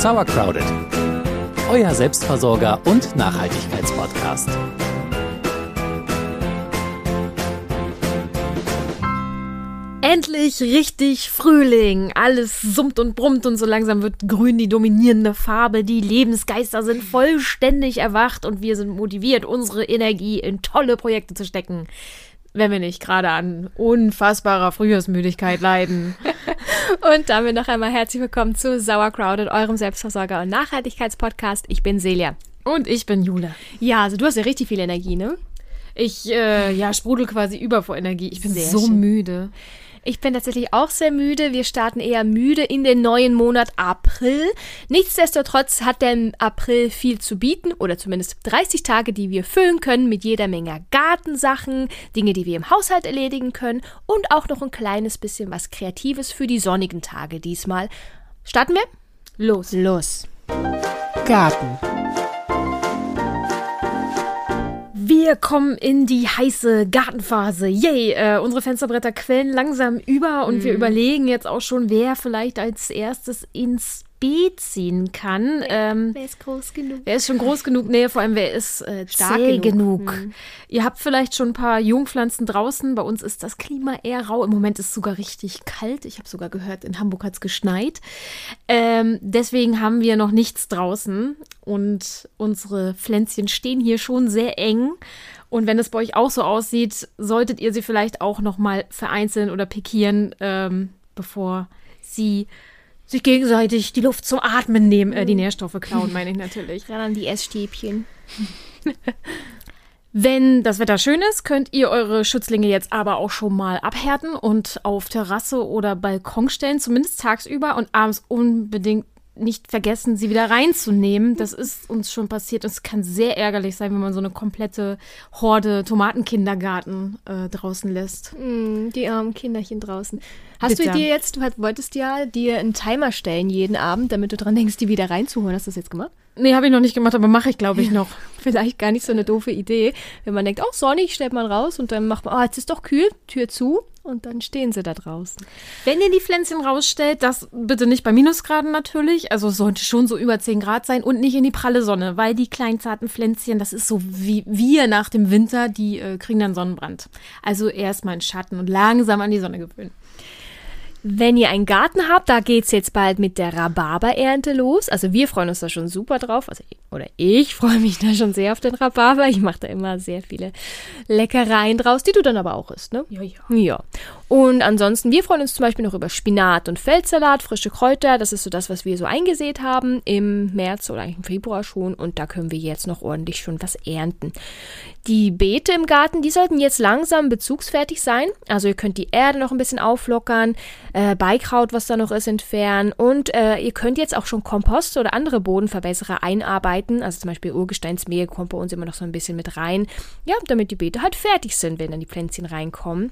Sauercrowded, euer Selbstversorger und Nachhaltigkeitspodcast. Endlich richtig Frühling. Alles summt und brummt und so langsam wird grün die dominierende Farbe. Die Lebensgeister sind vollständig erwacht und wir sind motiviert, unsere Energie in tolle Projekte zu stecken. Wenn wir nicht gerade an unfassbarer Frühjahrsmüdigkeit leiden. Und damit noch einmal herzlich willkommen zu Sauercrowded, eurem Selbstversorger- und Nachhaltigkeitspodcast. Ich bin Celia. Und ich bin Jule. Ja, also du hast ja richtig viel Energie, ne? Ich sprudel quasi über vor Energie. Ich bin Sehr so schön. müde. Ich bin tatsächlich auch sehr müde. Wir starten eher müde in den neuen Monat April. Nichtsdestotrotz hat der April viel zu bieten oder zumindest 30 Tage, die wir füllen können mit jeder Menge Gartensachen, Dinge, die wir im Haushalt erledigen können und auch noch ein kleines bisschen was Kreatives für die sonnigen Tage diesmal. Starten wir? Los. Garten. Wir kommen in die heiße Gartenphase. Yay! Unsere Fensterbretter quellen langsam über und wir überlegen jetzt auch schon, wer vielleicht als erstes ins Beet ziehen kann. Wer ist groß genug? Wer ist schon groß genug? Nee, vor allem, wer ist Stark zäh genug. genug? Ihr habt vielleicht schon ein paar Jungpflanzen draußen. Bei uns ist das Klima eher rau. Im Moment ist es sogar richtig kalt. Ich habe sogar gehört, in Hamburg hat es geschneit. Deswegen haben wir noch nichts draußen. Und unsere Pflänzchen stehen hier schon sehr eng. Und wenn es bei euch auch so aussieht, solltet ihr sie vielleicht auch noch mal vereinzeln oder pikieren, bevor sie sich gegenseitig die Luft zum Atmen nehmen, die Nährstoffe klauen, meine ich natürlich. Ran an die Essstäbchen. Wenn das Wetter schön ist, könnt ihr eure Schützlinge jetzt aber auch schon mal abhärten und auf Terrasse oder Balkon stellen, zumindest tagsüber und abends unbedingt nicht vergessen, sie wieder reinzunehmen. Das ist uns schon passiert. Es kann sehr ärgerlich sein, wenn man so eine komplette Horde Tomatenkindergarten draußen lässt. Die armen Kinderchen draußen. Hast Bitter. du dir jetzt, wolltest ja dir einen Timer stellen jeden Abend, damit du dran denkst, die wieder reinzuholen. Hast du das jetzt gemacht? Nee, habe ich noch nicht gemacht, aber mache ich, glaube ich, noch. Vielleicht gar nicht so eine doofe Idee. Wenn man denkt, oh, sonnig, stellt man raus und dann macht man, oh, jetzt ist doch kühl, Tür zu und dann stehen sie da draußen. Wenn ihr die Pflänzchen rausstellt, das bitte nicht bei Minusgraden natürlich, also es sollte schon so über 10 Grad sein und nicht in die pralle Sonne, weil die kleinen zarten Pflänzchen, das ist so wie wir nach dem Winter, die kriegen dann Sonnenbrand. Also erstmal in Schatten und langsam an die Sonne gewöhnen. Wenn ihr einen Garten habt, da geht's jetzt bald mit der Rhabarberernte los. Also wir freuen uns da schon super drauf. Ich freue mich da schon sehr auf den Rhabarber. Ich mache da immer sehr viele Leckereien draus, die du dann aber auch isst, ne? Ja. Und ansonsten, wir freuen uns zum Beispiel noch über Spinat und Feldsalat, frische Kräuter. Das ist so das, was wir so eingesät haben im März oder eigentlich im Februar schon. Und da können wir jetzt noch ordentlich schon was ernten. Die Beete im Garten, die sollten jetzt langsam bezugsfertig sein. Also ihr könnt die Erde noch ein bisschen auflockern, Beikraut, was da noch ist, entfernen. Und ihr könnt jetzt auch schon Kompost oder andere Bodenverbesserer einarbeiten. Also zum Beispiel Urgesteinsmehl kommt bei uns immer noch so ein bisschen mit rein. Ja, damit die Beete halt fertig sind, wenn dann die Pflänzchen reinkommen.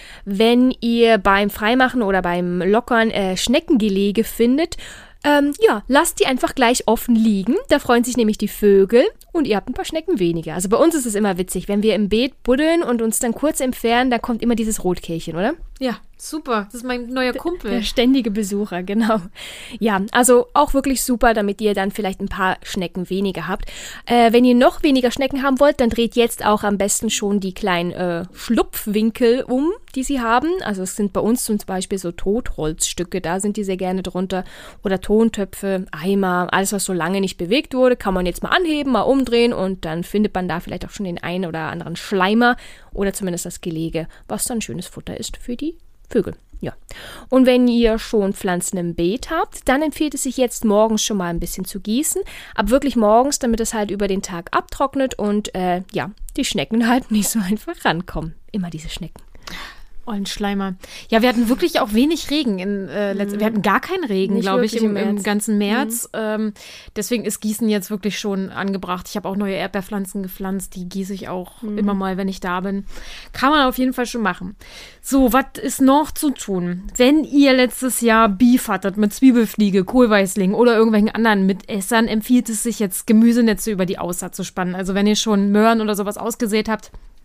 Wenn ihr beim Freimachen oder beim Lockern Schneckengelege findet, lasst die einfach gleich offen liegen. Da freuen sich nämlich die Vögel und ihr habt ein paar Schnecken weniger. Also bei uns ist es immer witzig, wenn wir im Beet buddeln und uns dann kurz entfernen, da kommt immer dieses Rotkehlchen, oder? Ja, super. Das ist mein neuer Kumpel. Der ständige Besucher, genau. Ja, also auch wirklich super, damit ihr dann vielleicht ein paar Schnecken weniger habt. Wenn ihr noch weniger Schnecken haben wollt, dann dreht jetzt auch am besten schon die kleinen Schlupfwinkel um, die sie haben. Also es sind bei uns zum Beispiel so Totholzstücke, da sind die sehr gerne drunter. Oder Tontöpfe, Eimer, alles, was so lange nicht bewegt wurde, kann man jetzt mal anheben, mal umdrehen und dann findet man da vielleicht auch schon den einen oder anderen Schleimer oder zumindest das Gelege, was dann schönes Futter ist für die Vögel. Ja. Und wenn ihr schon Pflanzen im Beet habt, dann empfiehlt es sich jetzt morgens schon mal ein bisschen zu gießen. Aber wirklich morgens, damit es halt über den Tag abtrocknet und die Schnecken halt nicht so einfach rankommen. Immer diese Schnecken. Ollen Schleimer. Ja, wir hatten wirklich auch wenig Regen. Wir hatten gar keinen Regen, glaube ich, im ganzen März. Deswegen ist Gießen jetzt wirklich schon angebracht. Ich habe auch neue Erdbeerpflanzen gepflanzt. Die gieße ich auch immer mal, wenn ich da bin. Kann man auf jeden Fall schon machen. So, was ist noch zu tun? Wenn ihr letztes Jahr Beef hattet mit Zwiebelfliege, Kohlweißling oder irgendwelchen anderen Mitessern, empfiehlt es sich jetzt, Gemüsenetze über die Aussaat zu spannen. Also wenn ihr schon Möhren oder sowas ausgesät habt,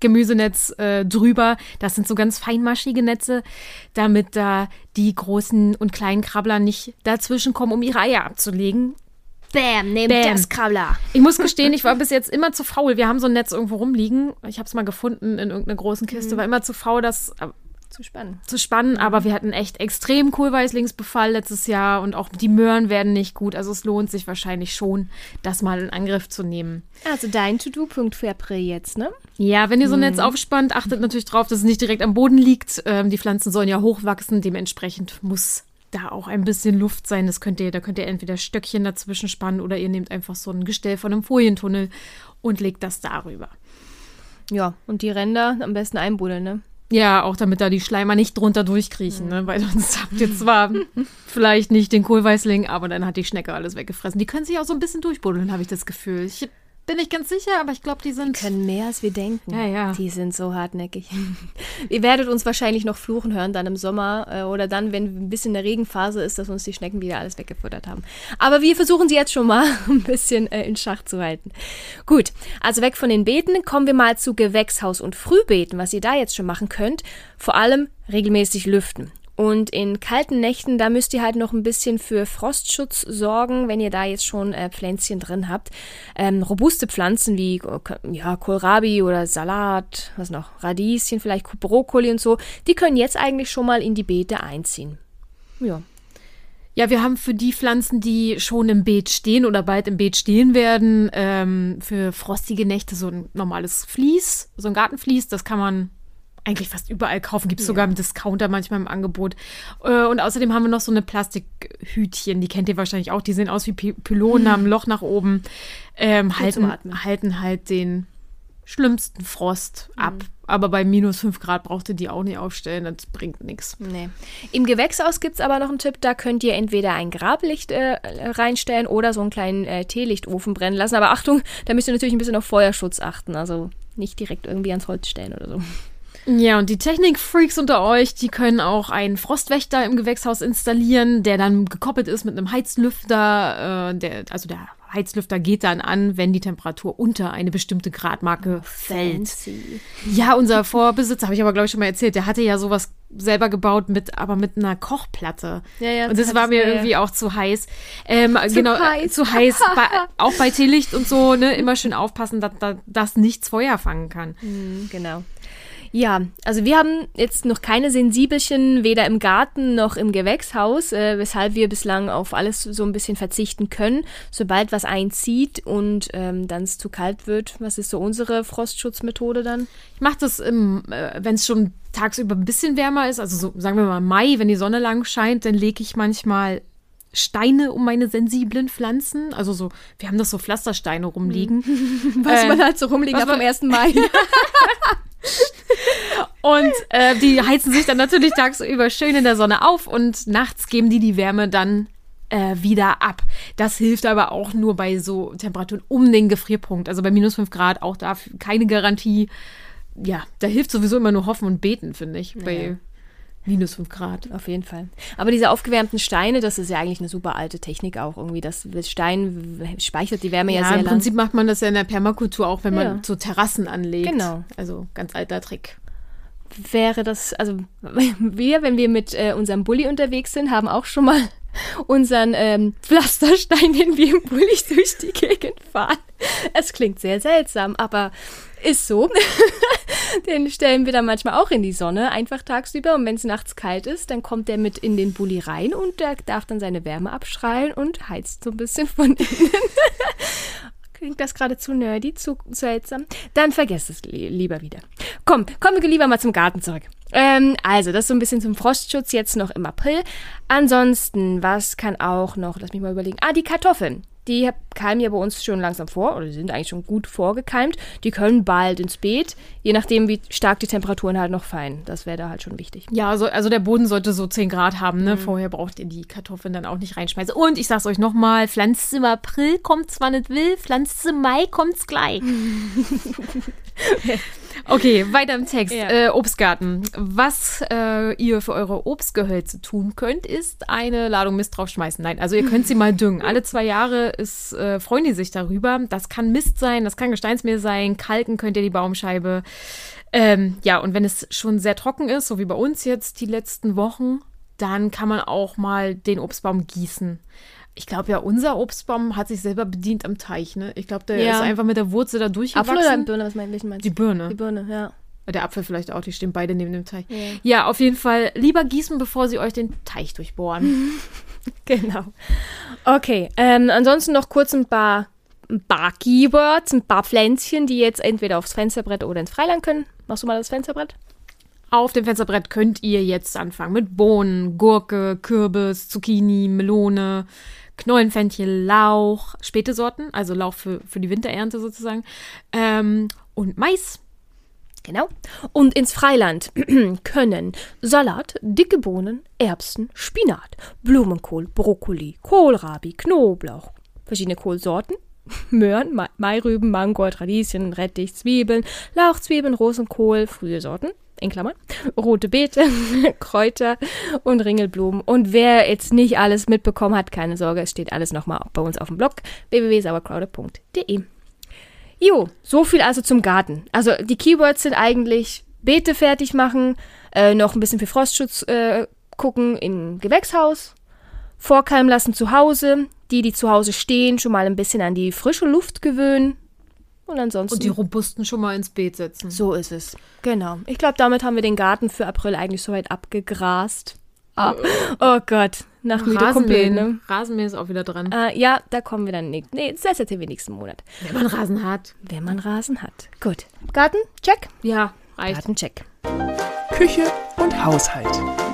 Gemüsenetz drüber. Das sind so ganz feinmaschige Netze, damit da die großen und kleinen Krabbler nicht dazwischen kommen, um ihre Eier abzulegen. Bam, nehmt das, Krabbler. Ich muss gestehen, ich war bis jetzt immer zu faul. Wir haben so ein Netz irgendwo rumliegen. Ich habe es mal gefunden in irgendeiner großen Kiste. War immer zu faul, das zu spannen. Aber wir hatten echt extrem Kohlweißlingsbefall letztes Jahr. Und auch die Möhren werden nicht gut. Also es lohnt sich wahrscheinlich schon, das mal in Angriff zu nehmen. Also dein To-Do-Punkt für April jetzt, ne? Ja, wenn ihr so ein Netz aufspannt, achtet natürlich drauf, dass es nicht direkt am Boden liegt. Die Pflanzen sollen ja hochwachsen. Dementsprechend muss da auch ein bisschen Luft sein. Da könnt ihr entweder Stöckchen dazwischen spannen oder ihr nehmt einfach so ein Gestell von einem Folientunnel und legt das darüber. Ja, und die Ränder am besten einbuddeln, ne? Ja, auch damit da die Schleimer nicht drunter durchkriechen, ne? Weil sonst habt ihr zwar vielleicht nicht den Kohlweißling, aber dann hat die Schnecke alles weggefressen. Die können sich auch so ein bisschen durchbuddeln, habe ich das Gefühl. Ich bin nicht ganz sicher, aber ich glaube, die können mehr, als wir denken. Ja. Die sind so hartnäckig. Ihr werdet uns wahrscheinlich noch fluchen hören dann im Sommer oder dann, wenn ein bisschen eine Regenphase ist, dass uns die Schnecken wieder alles weggefuttert haben. Aber wir versuchen sie jetzt schon mal ein bisschen in Schach zu halten. Gut, also weg von den Beeten, kommen wir mal zu Gewächshaus- und Frühbeeten, was ihr da jetzt schon machen könnt. Vor allem regelmäßig lüften. Und in kalten Nächten, da müsst ihr halt noch ein bisschen für Frostschutz sorgen, wenn ihr da jetzt schon Pflänzchen drin habt. Robuste Pflanzen wie Kohlrabi oder Salat, was noch, Radieschen, vielleicht Brokkoli und so, die können jetzt eigentlich schon mal in die Beete einziehen. Ja. Ja, wir haben für die Pflanzen, die schon im Beet stehen oder bald im Beet stehen werden, für frostige Nächte so ein normales Vlies, so ein Gartenvlies, das kann man eigentlich fast überall kaufen, gibt es sogar im Discounter manchmal im Angebot. Und außerdem haben wir noch so eine Plastikhütchen, die kennt ihr wahrscheinlich auch, die sehen aus wie Pylonen, haben ein Loch nach oben, halten halt den schlimmsten Frost ab. Aber bei minus 5 Grad braucht ihr die auch nicht aufstellen, das bringt nichts. Nee. Im Gewächshaus gibt es aber noch einen Tipp, da könnt ihr entweder ein Grablicht reinstellen oder so einen kleinen Teelichtofen brennen lassen. Aber Achtung, da müsst ihr natürlich ein bisschen auf Feuerschutz achten, also nicht direkt irgendwie ans Holz stellen oder so. Ja, und die Technikfreaks unter euch, die können auch einen Frostwächter im Gewächshaus installieren, der dann gekoppelt ist mit einem Heizlüfter. Der Heizlüfter geht dann an, wenn die Temperatur unter eine bestimmte Gradmarke fällt. Fancy. Ja, unser Vorbesitzer, habe ich aber glaube ich schon mal erzählt, der hatte ja sowas selber gebaut, aber mit einer Kochplatte. Ja, und das war mir irgendwie auch zu heiß. Zu heiß. Auch bei Teelicht und so, ne, immer schön aufpassen, dass nichts Feuer fangen kann. Genau. Ja, also wir haben jetzt noch keine Sensibelchen, weder im Garten noch im Gewächshaus, weshalb wir bislang auf alles so ein bisschen verzichten können. Sobald was einzieht und dann es zu kalt wird, was ist so unsere Frostschutzmethode dann? Ich mache das, wenn es schon tagsüber ein bisschen wärmer ist, also so, sagen wir mal Mai, wenn die Sonne lang scheint, dann lege ich manchmal Steine um meine sensiblen Pflanzen. Also so, wir haben das so Pflastersteine rumliegen. Was man halt so rumliegen ab am 1. Mai. Und die heizen sich dann natürlich tagsüber schön in der Sonne auf und nachts geben die Wärme dann wieder ab. Das hilft aber auch nur bei so Temperaturen um den Gefrierpunkt. Also bei minus 5 Grad auch da keine Garantie. Ja, da hilft sowieso immer nur Hoffen und Beten, finde ich, bei minus 5 Grad. Auf jeden Fall. Aber diese aufgewärmten Steine, das ist ja eigentlich eine super alte Technik auch irgendwie. Das Stein speichert die Wärme ja sehr lang. Im Prinzip macht man das ja in der Permakultur auch, wenn man so Terrassen anlegt. Genau. Also ganz alter Trick. Wäre das, also wenn wir mit unserem Bulli unterwegs sind, haben auch schon mal unseren Pflasterstein, den wir im Bulli durch die Gegend fahren. Es klingt sehr seltsam, aber ist so. Den stellen wir dann manchmal auch in die Sonne, einfach tagsüber. Und wenn es nachts kalt ist, dann kommt der mit in den Bulli rein und der darf dann seine Wärme abstrahlen und heizt so ein bisschen von innen. Klingt das gerade zu nerdy, zu seltsam? Dann vergesst es lieber wieder. Kommen wir lieber mal zum Garten zurück. Also, das ist so ein bisschen zum Frostschutz jetzt noch im April. Ansonsten, was kann auch noch, lass mich mal überlegen, die Kartoffeln. Die keimen ja bei uns schon langsam vor, oder die sind eigentlich schon gut vorgekeimt. Die können bald ins Beet, je nachdem, wie stark die Temperaturen halt noch fallen. Das wäre da halt schon wichtig. Ja, also der Boden sollte so 10 Grad haben, ne? Vorher braucht ihr die Kartoffeln dann auch nicht reinschmeißen. Und ich sag's euch nochmal, pflanzt im April, kommt zwar nicht will, pflanzt im Mai, kommt's gleich. Okay, weiter im Text. Ja. Obstgarten. Was ihr für eure Obstgehölze tun könnt, ist eine Ladung Mist draufschmeißen. Nein, also ihr könnt sie mal düngen. Alle 2 Jahre freuen die sich darüber. Das kann Mist sein, das kann Gesteinsmehl sein. Kalken könnt ihr die Baumscheibe. Ja, und wenn es schon sehr trocken ist, so wie bei uns jetzt die letzten Wochen, dann kann man auch mal den Obstbaum gießen. Ich glaube ja, unser Obstbaum hat sich selber bedient am Teich, ne? Ich glaube, der ist einfach mit der Wurzel da durchgewachsen. Apfel oder Birne, was meinst du? Die Birne. Die Birne, ja. Der Apfel vielleicht auch, die stehen beide neben dem Teich. Ja. Ja, auf jeden Fall lieber gießen, bevor sie euch den Teich durchbohren. Genau. Okay, ansonsten noch kurz ein paar Keywords, ein paar Pflänzchen, die jetzt entweder aufs Fensterbrett oder ins Freiland können. Machst du mal das Fensterbrett? Auf dem Fensterbrett könnt ihr jetzt anfangen mit Bohnen, Gurke, Kürbis, Zucchini, Melone, Knollenfenchel, Lauch, späte Sorten, also Lauch für die Winterernte sozusagen, und Mais. Genau. Und ins Freiland können Salat, dicke Bohnen, Erbsen, Spinat, Blumenkohl, Brokkoli, Kohlrabi, Knoblauch, verschiedene Kohlsorten, Möhren, Mairüben, Mangold, Radieschen, Rettich, Zwiebeln, Lauchzwiebeln, Rosenkohl, frühe Sorten, in Klammern, rote Beete, Kräuter und Ringelblumen. Und wer jetzt nicht alles mitbekommen hat, keine Sorge, es steht alles nochmal bei uns auf dem Blog www.sauerkraude.de. Jo, so viel also zum Garten. Also die Keywords sind eigentlich Beete fertig machen, noch ein bisschen für Frostschutz gucken im Gewächshaus, vorkeimen lassen zu Hause, die zu Hause stehen, schon mal ein bisschen an die frische Luft gewöhnen. Und ansonsten. Und die Robusten schon mal ins Beet setzen. So ist es. Genau. Ich glaube, damit haben wir den Garten für April eigentlich soweit abgegrast. Oh Gott. Nach Mitokumpel, ne? Rasenmähen ist auch wieder dran. Ja, da kommen wir dann nicht. Nee, das erzählen wir nächsten Monat. Wenn man Rasen hat. Wenn man Rasen hat. Gut. Garten, check. Ja, reicht. Garten, check. Küche und Haushalt.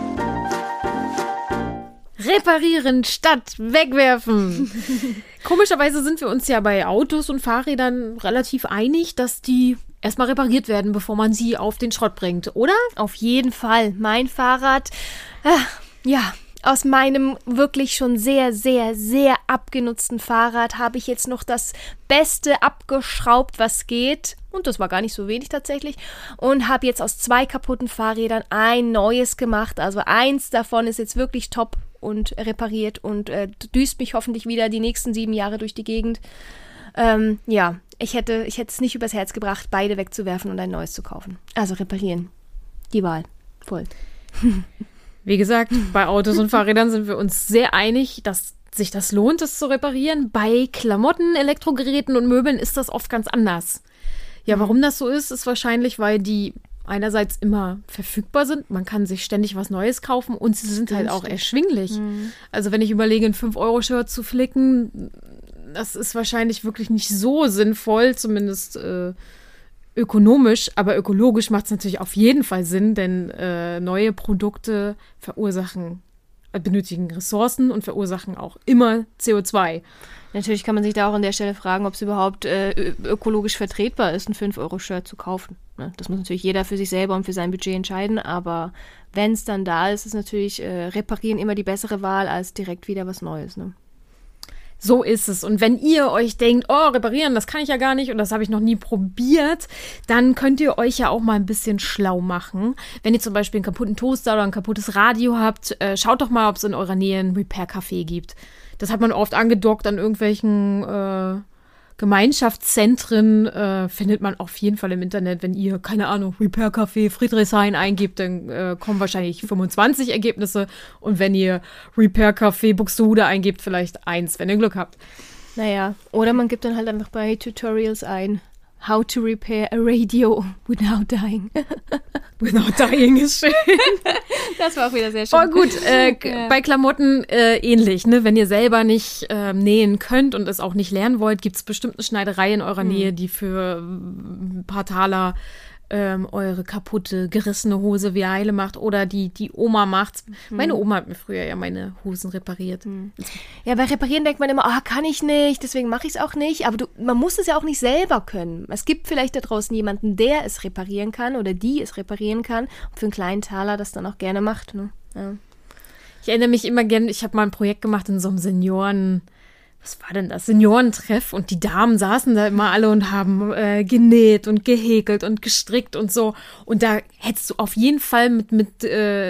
Reparieren statt wegwerfen. Komischerweise sind wir uns ja bei Autos und Fahrrädern relativ einig, dass die erstmal repariert werden, bevor man sie auf den Schrott bringt, oder? Auf jeden Fall. Mein Fahrrad, ja, aus meinem wirklich schon sehr, sehr, sehr abgenutzten Fahrrad habe ich jetzt noch das Beste abgeschraubt, was geht. Und das war gar nicht so wenig tatsächlich. Und habe jetzt aus 2 kaputten Fahrrädern ein neues gemacht. Also eins davon ist jetzt wirklich top und repariert und düst mich hoffentlich wieder die nächsten 7 Jahre durch die Gegend. Ja, ich hätte es nicht übers Herz gebracht, beide wegzuwerfen und ein neues zu kaufen. Also reparieren. Die Wahl. Voll. Wie gesagt, bei Autos und Fahrrädern sind wir uns sehr einig, dass sich das lohnt, es zu reparieren. Bei Klamotten, Elektrogeräten und Möbeln ist das oft ganz anders. Ja, warum das so ist wahrscheinlich, weil die einerseits immer verfügbar sind. Man kann sich ständig was Neues kaufen und sie sind halt auch erschwinglich. Also wenn ich überlege, ein 5-Euro-Shirt zu flicken, das ist wahrscheinlich wirklich nicht so sinnvoll, zumindest ökonomisch, aber ökologisch macht es natürlich auf jeden Fall Sinn, denn neue Produkte benötigen Ressourcen und verursachen auch immer CO2. Natürlich kann man sich da auch an der Stelle fragen, ob es überhaupt ökologisch vertretbar ist, ein 5-Euro-Shirt zu kaufen. Ne? Das muss natürlich jeder für sich selber und für sein Budget entscheiden, aber wenn es dann da ist, ist natürlich reparieren immer die bessere Wahl, als direkt wieder was Neues. Ne? So ist es. Und wenn ihr euch denkt, oh, reparieren, das kann ich ja gar nicht und das habe ich noch nie probiert, dann könnt ihr euch ja auch mal ein bisschen schlau machen. Wenn ihr zum Beispiel einen kaputten Toaster oder ein kaputtes Radio habt, schaut doch mal, ob es in eurer Nähe ein Repair-Café gibt. Das hat man oft angedockt an irgendwelchen Gemeinschaftszentren, findet man auf jeden Fall im Internet. Wenn ihr, keine Ahnung, Repair-Café Friedrichshain eingibt, dann kommen wahrscheinlich 25 Ergebnisse. Und wenn ihr Repair-Café Buxtehude eingibt, vielleicht 1, wenn ihr Glück habt. Naja, oder man gibt dann halt einfach bei Tutorials ein, how to repair a radio without dying. Without dying ist schön. Das war auch wieder sehr schön. Oh gut, bei Klamotten ähnlich. Ne? Wenn ihr selber nicht nähen könnt und es auch nicht lernen wollt, gibt es bestimmt eine Schneiderei in eurer Nähe, die für ein paar Taler eure kaputte, gerissene Hose wie heile macht oder die Oma macht's. Meine Oma hat mir früher ja meine Hosen repariert. Ja, bei Reparieren denkt man immer, kann ich nicht, deswegen mache ich es auch nicht. Aber man muss es ja auch nicht selber können. Es gibt vielleicht da draußen jemanden, der es reparieren kann oder die es reparieren kann und für einen kleinen Taler das dann auch gerne macht. Ne? Ja. Ich erinnere mich immer gerne, ich habe mal ein Projekt gemacht in so einem was war denn das, Seniorentreff und die Damen saßen da immer alle und haben genäht und gehäkelt und gestrickt und so. Und da hättest du auf jeden Fall mit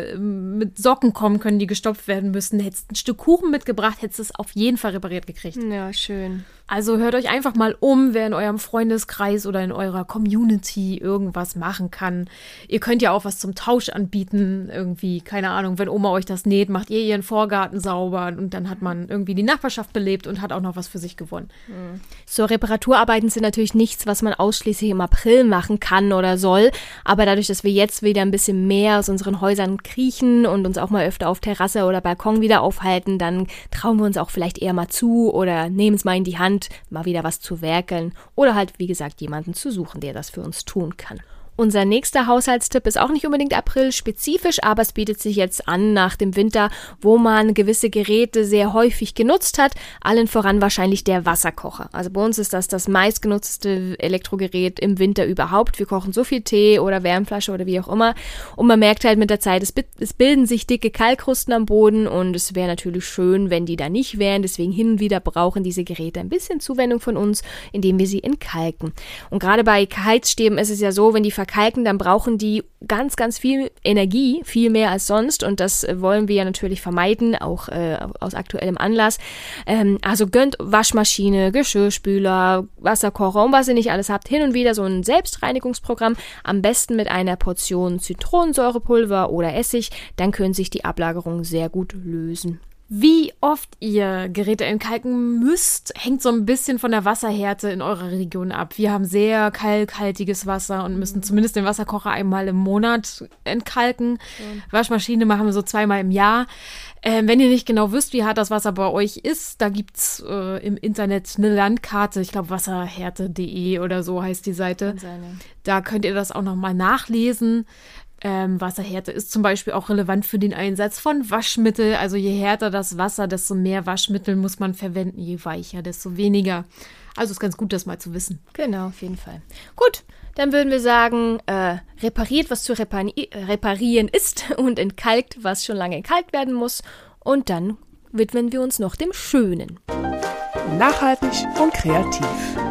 Socken kommen können, die gestopft werden müssen. Hättest ein Stück Kuchen mitgebracht, hättest es auf jeden Fall repariert gekriegt. Ja, schön. Also hört euch einfach mal um, wer in eurem Freundeskreis oder in eurer Community irgendwas machen kann. Ihr könnt ja auch was zum Tausch anbieten, irgendwie, keine Ahnung, wenn Oma euch das näht, macht ihr ihren Vorgarten sauber und dann hat man irgendwie die Nachbarschaft belebt und hat auch noch was für sich gewonnen. So, Reparaturarbeiten sind natürlich nichts, was man ausschließlich im April machen kann oder soll, aber dadurch, dass wir jetzt wieder ein bisschen mehr aus unseren Häusern kriechen und uns auch mal öfter auf Terrasse oder Balkon wieder aufhalten, dann trauen wir uns auch vielleicht eher mal zu oder nehmen es mal in die Hand, mal wieder was zu werkeln oder halt, wie gesagt, jemanden zu suchen, der das für uns tun kann. Unser nächster Haushaltstipp ist auch nicht unbedingt April-spezifisch, aber es bietet sich jetzt an nach dem Winter, wo man gewisse Geräte sehr häufig genutzt hat, allen voran wahrscheinlich der Wasserkocher. Also bei uns ist das meistgenutzte Elektrogerät im Winter überhaupt. Wir kochen so viel Tee oder Wärmflasche oder wie auch immer und man merkt halt mit der Zeit, es bilden sich dicke Kalkkrusten am Boden und es wäre natürlich schön, wenn die da nicht wären. Deswegen hin und wieder brauchen diese Geräte ein bisschen Zuwendung von uns, indem wir sie entkalken. Und gerade bei Heizstäben ist es ja so, wenn die verkalken, dann brauchen die ganz, ganz viel Energie, viel mehr als sonst und das wollen wir ja natürlich vermeiden, auch aus aktuellem Anlass. Also gönnt Waschmaschine, Geschirrspüler, Wasserkocher und was ihr nicht alles habt, hin und wieder so ein Selbstreinigungsprogramm, am besten mit einer Portion Zitronensäurepulver oder Essig, dann können sich die Ablagerungen sehr gut lösen. Wie oft ihr Geräte entkalken müsst, hängt so ein bisschen von der Wasserhärte in eurer Region ab. Wir haben sehr kalkhaltiges Wasser und müssen zumindest den Wasserkocher einmal im Monat entkalken. Waschmaschine machen wir so 2-mal im Jahr. Wenn ihr nicht genau wisst, wie hart das Wasser bei euch ist, da gibt's im Internet eine Landkarte, ich glaube wasserhärte.de oder so heißt die Seite. Da könnt ihr das auch nochmal nachlesen. Wasserhärte ist zum Beispiel auch relevant für den Einsatz von Waschmittel. Also je härter das Wasser, desto mehr Waschmittel muss man verwenden. Je weicher, desto weniger. Also ist ganz gut, das mal zu wissen. Genau, auf jeden Fall. Gut, dann würden wir sagen, repariert, was zu reparieren ist und entkalkt, was schon lange entkalkt werden muss. Und dann widmen wir uns noch dem Schönen. Nachhaltig und kreativ.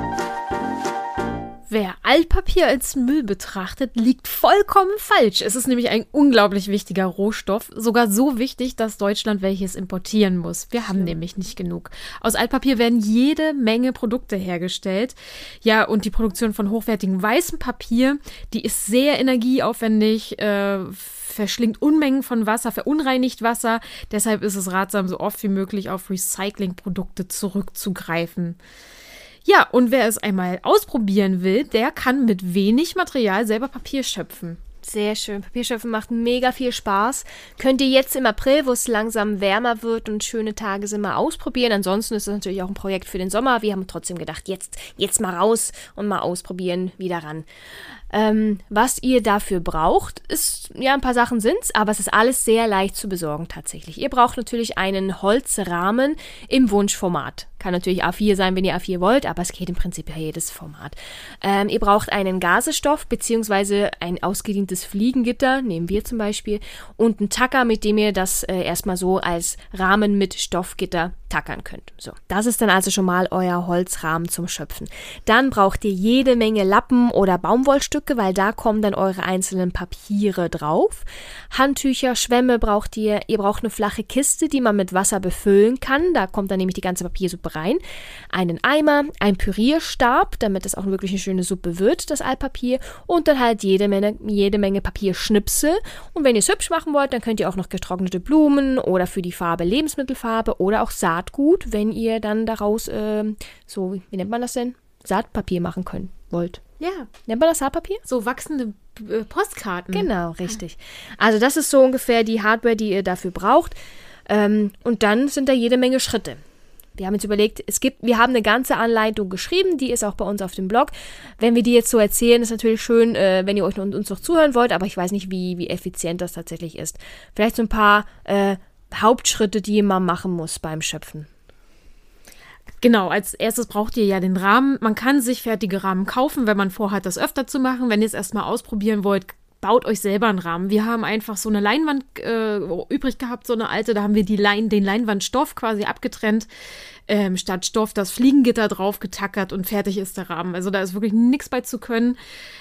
Wer Altpapier als Müll betrachtet, liegt vollkommen falsch. Es ist nämlich ein unglaublich wichtiger Rohstoff, sogar so wichtig, dass Deutschland welches importieren muss. Wir haben nämlich nicht genug. Aus Altpapier werden jede Menge Produkte hergestellt. Ja, und die Produktion von hochwertigem weißem Papier, die ist sehr energieaufwendig, verschlingt Unmengen von Wasser, verunreinigt Wasser. Deshalb ist es ratsam, so oft wie möglich auf Recyclingprodukte zurückzugreifen. Ja, und wer es einmal ausprobieren will, der kann mit wenig Material selber Papier schöpfen. Sehr schön. Papierschöpfen macht mega viel Spaß. Könnt ihr jetzt im April, wo es langsam wärmer wird und schöne Tage sind, mal ausprobieren. Ansonsten ist das natürlich auch ein Projekt für den Sommer. Wir haben trotzdem gedacht, jetzt mal raus und mal ausprobieren, wieder ran. Was ihr dafür braucht, ist, ja, ein paar Sachen sind's, aber es ist alles sehr leicht zu besorgen tatsächlich. Ihr braucht natürlich einen Holzrahmen im Wunschformat. Kann natürlich A4 sein, wenn ihr A4 wollt, aber es geht im Prinzip ja jedes Format. Ihr braucht einen Gazestoff bzw. ein ausgedientes Fliegengitter, nehmen wir zum Beispiel, und einen Tacker, mit dem ihr das erstmal so als Rahmen mit Stoffgitter tackern könnt. So, das ist dann also schon mal euer Holzrahmen zum Schöpfen. Dann braucht ihr jede Menge Lappen oder Baumwollstücke, weil da kommen dann eure einzelnen Papiere drauf. Handtücher, Schwämme braucht ihr. Ihr braucht eine flache Kiste, die man mit Wasser befüllen kann. Da kommt dann nämlich die ganze Papiersuppe rein. Einen Eimer, ein Pürierstab, damit es auch wirklich eine schöne Suppe wird, das Altpapier. Und dann halt jede Menge Papierschnipsel. Und wenn ihr es hübsch machen wollt, dann könnt ihr auch noch getrocknete Blumen oder für die Farbe Lebensmittelfarbe oder auch Saatgut, wenn ihr dann daraus, wie nennt man das denn? Saatpapier machen wollt. Ja. Nennt man das Saatpapier? So wachsende Postkarten. Genau, richtig. Also das ist so ungefähr die Hardware, die ihr dafür braucht. Und dann sind da jede Menge Schritte. Wir haben jetzt überlegt, wir haben eine ganze Anleitung geschrieben, die ist auch bei uns auf dem Blog. Wenn wir die jetzt so erzählen, ist natürlich schön, wenn ihr euch uns noch zuhören wollt, aber ich weiß nicht, wie effizient das tatsächlich ist. Vielleicht so ein paar Hauptschritte, die man machen muss beim Schöpfen. Genau, als erstes braucht ihr ja den Rahmen. Man kann sich fertige Rahmen kaufen, wenn man vorhat, das öfter zu machen. Wenn ihr es erstmal ausprobieren wollt, baut euch selber einen Rahmen. Wir haben einfach so eine Leinwand übrig gehabt, so eine alte, da haben wir den Leinwandstoff quasi abgetrennt, statt Stoff das Fliegengitter drauf getackert und fertig ist der Rahmen. Also da ist wirklich nichts bei zu können.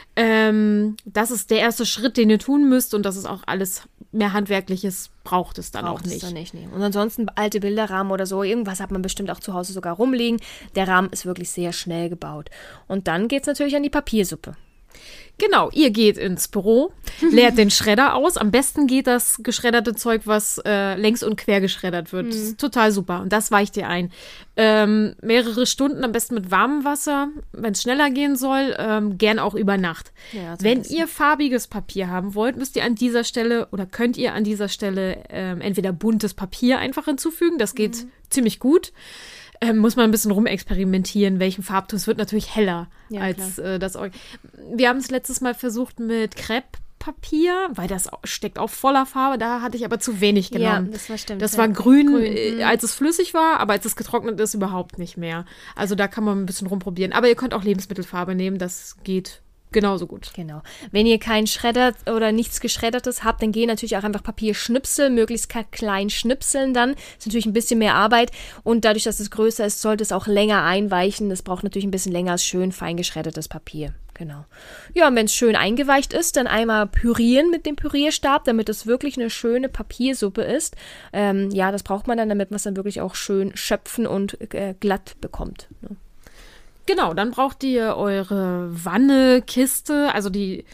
Das ist der erste Schritt, den ihr tun müsst, und das ist auch alles mehr Handwerkliches, braucht es dann auch nicht. Nee. Und ansonsten alte Bilderrahmen oder so, irgendwas hat man bestimmt auch zu Hause sogar rumliegen. Der Rahmen ist wirklich sehr schnell gebaut. Und dann geht es natürlich an die Papiersuppe. Genau, ihr geht ins Büro, leert den Schredder aus. Am besten geht das geschredderte Zeug, was längs und quer geschreddert wird. Das ist total super. Und das weicht ihr ein. Mehrere Stunden, am besten mit warmem Wasser, wenn es schneller gehen soll, gern auch über Nacht. Ja, wenn ihr farbiges Papier haben wollt, müsst ihr an dieser Stelle oder könnt ihr an dieser Stelle entweder buntes Papier einfach hinzufügen. Das geht ziemlich gut. Muss man ein bisschen rumexperimentieren, welchen Farbton. Es wird natürlich heller als das. Wir haben es letztes Mal versucht mit Krepppapier, weil das steckt auch voller Farbe. Da hatte ich aber zu wenig genommen. Ja, das stimmt. Das war grün, als es flüssig war, aber als es getrocknet ist, überhaupt nicht mehr. Also da kann man ein bisschen rumprobieren. Aber ihr könnt auch Lebensmittelfarbe nehmen, das geht genauso gut. Genau. Wenn ihr keinen Schredder oder nichts Geschreddertes habt, dann gehen natürlich auch einfach Papierschnipsel, möglichst klein schnipseln dann. Ist natürlich ein bisschen mehr Arbeit und dadurch, dass es größer ist, sollte es auch länger einweichen. Das braucht natürlich ein bisschen länger als schön fein geschreddertes Papier. Genau. Ja, und wenn es schön eingeweicht ist, dann einmal pürieren mit dem Pürierstab, damit es wirklich eine schöne Papiersuppe ist. Das braucht man dann, damit man es dann wirklich auch schön schöpfen und glatt bekommt. Ne? Genau, dann braucht ihr eure Wanne, Kiste, also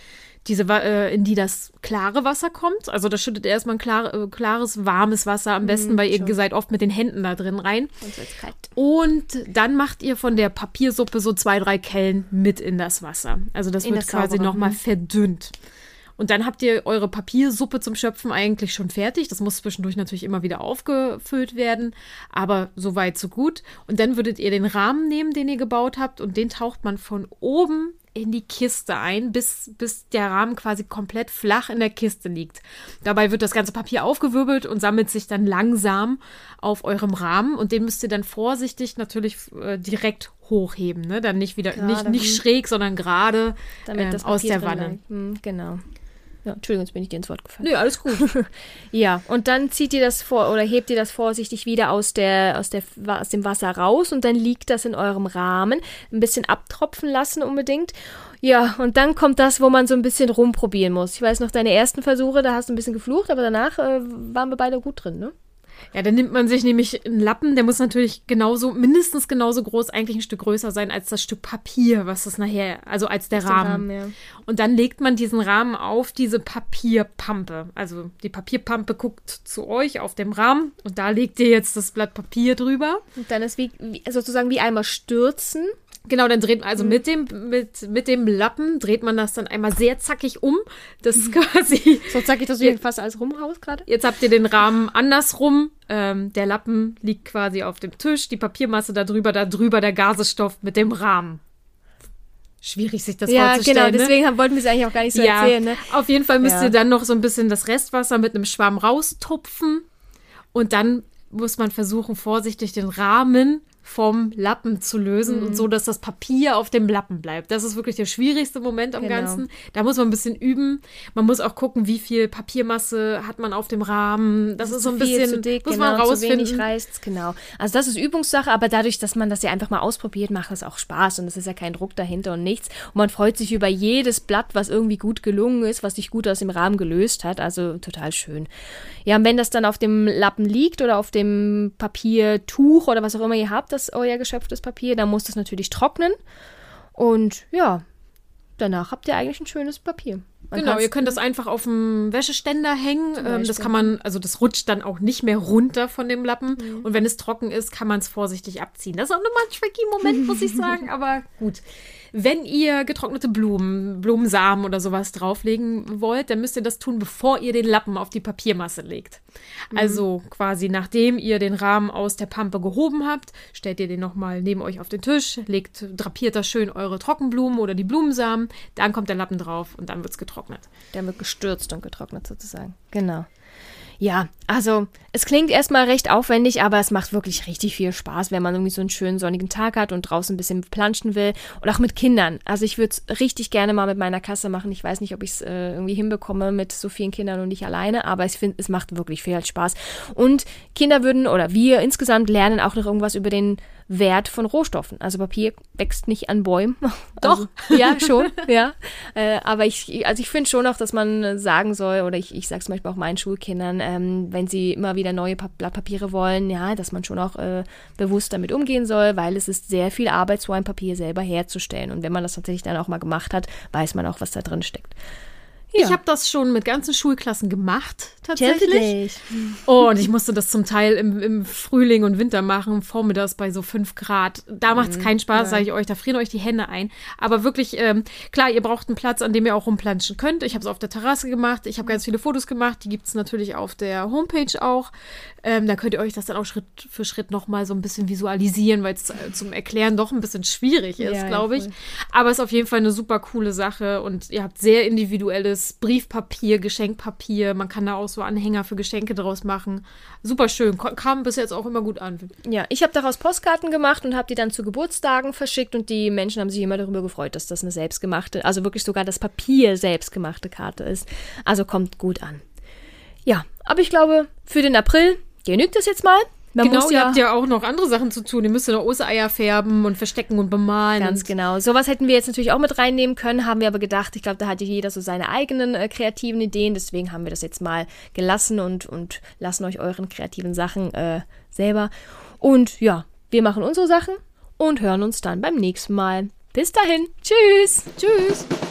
in die das klare Wasser kommt. Also da schüttet ihr erstmal ein klares, warmes Wasser am besten, weil ihr seid oft mit den Händen da drin rein. Und so ist kalt. Und dann macht ihr von der Papiersuppe so 2-3 Kellen mit in das Wasser. Also das wird quasi nochmal verdünnt. Und dann habt ihr eure Papiersuppe zum Schöpfen eigentlich schon fertig. Das muss zwischendurch natürlich immer wieder aufgefüllt werden, aber so weit, so gut. Und dann würdet ihr den Rahmen nehmen, den ihr gebaut habt, und den taucht man von oben in die Kiste ein, bis der Rahmen quasi komplett flach in der Kiste liegt. Dabei wird das ganze Papier aufgewirbelt und sammelt sich dann langsam auf eurem Rahmen, und den müsst ihr dann vorsichtig natürlich direkt hochheben, ne? Dann nicht wieder nicht schräg, sondern gerade aus der Wanne. Genau. Ja, Entschuldigung, jetzt bin ich dir ins Wort gefallen. Nee, alles gut. Ja, und dann zieht ihr das hebt ihr das vorsichtig wieder aus dem Wasser raus, und dann liegt das in eurem Rahmen. Ein bisschen abtropfen lassen unbedingt. Ja, und dann kommt das, wo man so ein bisschen rumprobieren muss. Ich weiß noch, deine ersten Versuche, da hast du ein bisschen geflucht, aber danach waren wir beide gut drin, ne? Ja, dann nimmt man sich nämlich einen Lappen, der muss natürlich mindestens genauso groß, eigentlich ein Stück größer sein als das Stück Papier, was das nachher, also als der Rahmen. Ja. Und dann legt man diesen Rahmen auf diese Papierpampe. Also die Papierpampe guckt zu euch auf dem Rahmen, und da legt ihr jetzt das Blatt Papier drüber. Und dann ist sozusagen wie einmal stürzen. Genau, dann dreht man, also mit dem Lappen dreht man das dann einmal sehr zackig um. Das ist quasi. So zackig, dass du fast alles rumhaust gerade. Jetzt habt ihr den Rahmen andersrum. Der Lappen liegt quasi auf dem Tisch, die Papiermasse darüber der Gasestoff mit dem Rahmen. Schwierig, sich das vorzustellen. Ja, genau, deswegen wollten wir es eigentlich auch gar nicht so erzählen. Ne? Auf jeden Fall müsst ihr dann noch so ein bisschen das Restwasser mit einem Schwamm raustupfen, und dann muss man versuchen, vorsichtig den Rahmen vom Lappen zu lösen und so, dass das Papier auf dem Lappen bleibt. Das ist wirklich der schwierigste Moment am Ganzen. Da muss man ein bisschen üben. Man muss auch gucken, wie viel Papiermasse hat man auf dem Rahmen. Das ist so ein bisschen, zu dick, muss man rausfinden. Zu wenig reißt's, genau. Also das ist Übungssache, aber dadurch, dass man das ja einfach mal ausprobiert, macht es auch Spaß, und es ist ja kein Druck dahinter und nichts. Und man freut sich über jedes Blatt, was irgendwie gut gelungen ist, was sich gut aus dem Rahmen gelöst hat. Also total schön. Ja, und wenn das dann auf dem Lappen liegt oder auf dem Papiertuch oder was auch immer ihr habt, das euer geschöpftes Papier, dann muss das natürlich trocknen. Und ja, danach habt ihr eigentlich ein schönes Papier. Genau, ihr könnt das einfach auf dem Wäscheständer hängen. Das kann man, also das rutscht dann auch nicht mehr runter von dem Lappen. Und wenn es trocken ist, kann man es vorsichtig abziehen. Das ist auch nochmal ein tricky Moment, muss ich sagen, aber gut. Wenn ihr getrocknete Blumensamen oder sowas drauflegen wollt, dann müsst ihr das tun, bevor ihr den Lappen auf die Papiermasse legt. Also quasi nachdem ihr den Rahmen aus der Pampe gehoben habt, stellt ihr den nochmal neben euch auf den Tisch, drapiert da schön eure Trockenblumen oder die Blumensamen, dann kommt der Lappen drauf und dann wird es getrocknet. Der wird gestürzt und getrocknet sozusagen. Genau. Ja, also es klingt erstmal recht aufwendig, aber es macht wirklich richtig viel Spaß, wenn man irgendwie so einen schönen sonnigen Tag hat und draußen ein bisschen planschen will. Und auch mit Kindern. Also ich würde es richtig gerne mal mit meiner Klasse machen. Ich weiß nicht, ob ich es irgendwie hinbekomme mit so vielen Kindern und nicht alleine, aber ich finde, es macht wirklich viel Spaß. Und Kinder würden oder wir insgesamt lernen auch noch irgendwas über den Wert von Rohstoffen. Also Papier wächst nicht an Bäumen. Doch. Also, ja, schon, ja. Aber ich finde schon auch, dass man sagen soll, oder ich sage zum Beispiel auch meinen Schulkindern, wenn sie immer wieder neue Blatt Papiere wollen, ja, dass man schon auch bewusst damit umgehen soll, weil es ist sehr viel Arbeit, so ein Papier selber herzustellen. Und wenn man das tatsächlich dann auch mal gemacht hat, weiß man auch, was da drin steckt. Ja. Ich habe das schon mit ganzen Schulklassen gemacht, tatsächlich. Und ich musste das zum Teil im Frühling und Winter machen, vormittags bei so 5 Grad. Da macht es keinen Spaß, sage ich euch, da frieren euch die Hände ein. Aber wirklich, klar, ihr braucht einen Platz, an dem ihr auch rumplanschen könnt. Ich habe es auf der Terrasse gemacht, ich habe ganz viele Fotos gemacht, die gibt es natürlich auf der Homepage auch. Da könnt ihr euch das dann auch Schritt für Schritt nochmal so ein bisschen visualisieren, weil es zum Erklären doch ein bisschen schwierig ist, glaube ich. Aber es ist auf jeden Fall eine super coole Sache und ihr habt sehr individuelles Briefpapier, Geschenkpapier. Man kann da auch so Anhänger für Geschenke draus machen. Super schön. Kam bis jetzt auch immer gut an. Ja, ich habe daraus Postkarten gemacht und habe die dann zu Geburtstagen verschickt und die Menschen haben sich immer darüber gefreut, dass das eine selbstgemachte, also wirklich sogar das Papier selbstgemachte Karte ist. Also kommt gut an. Ja, aber ich glaube, für den April genügt das jetzt mal. Ihr habt ja auch noch andere Sachen zu tun. Ihr müsst ja noch Ostereier färben und verstecken und bemalen. Ganz genau. Sowas hätten wir jetzt natürlich auch mit reinnehmen können, haben wir aber gedacht, ich glaube, da hatte jeder so seine eigenen kreativen Ideen. Deswegen haben wir das jetzt mal gelassen und lassen euch euren kreativen Sachen selber. Und ja, wir machen unsere Sachen und hören uns dann beim nächsten Mal. Bis dahin. Tschüss. Tschüss.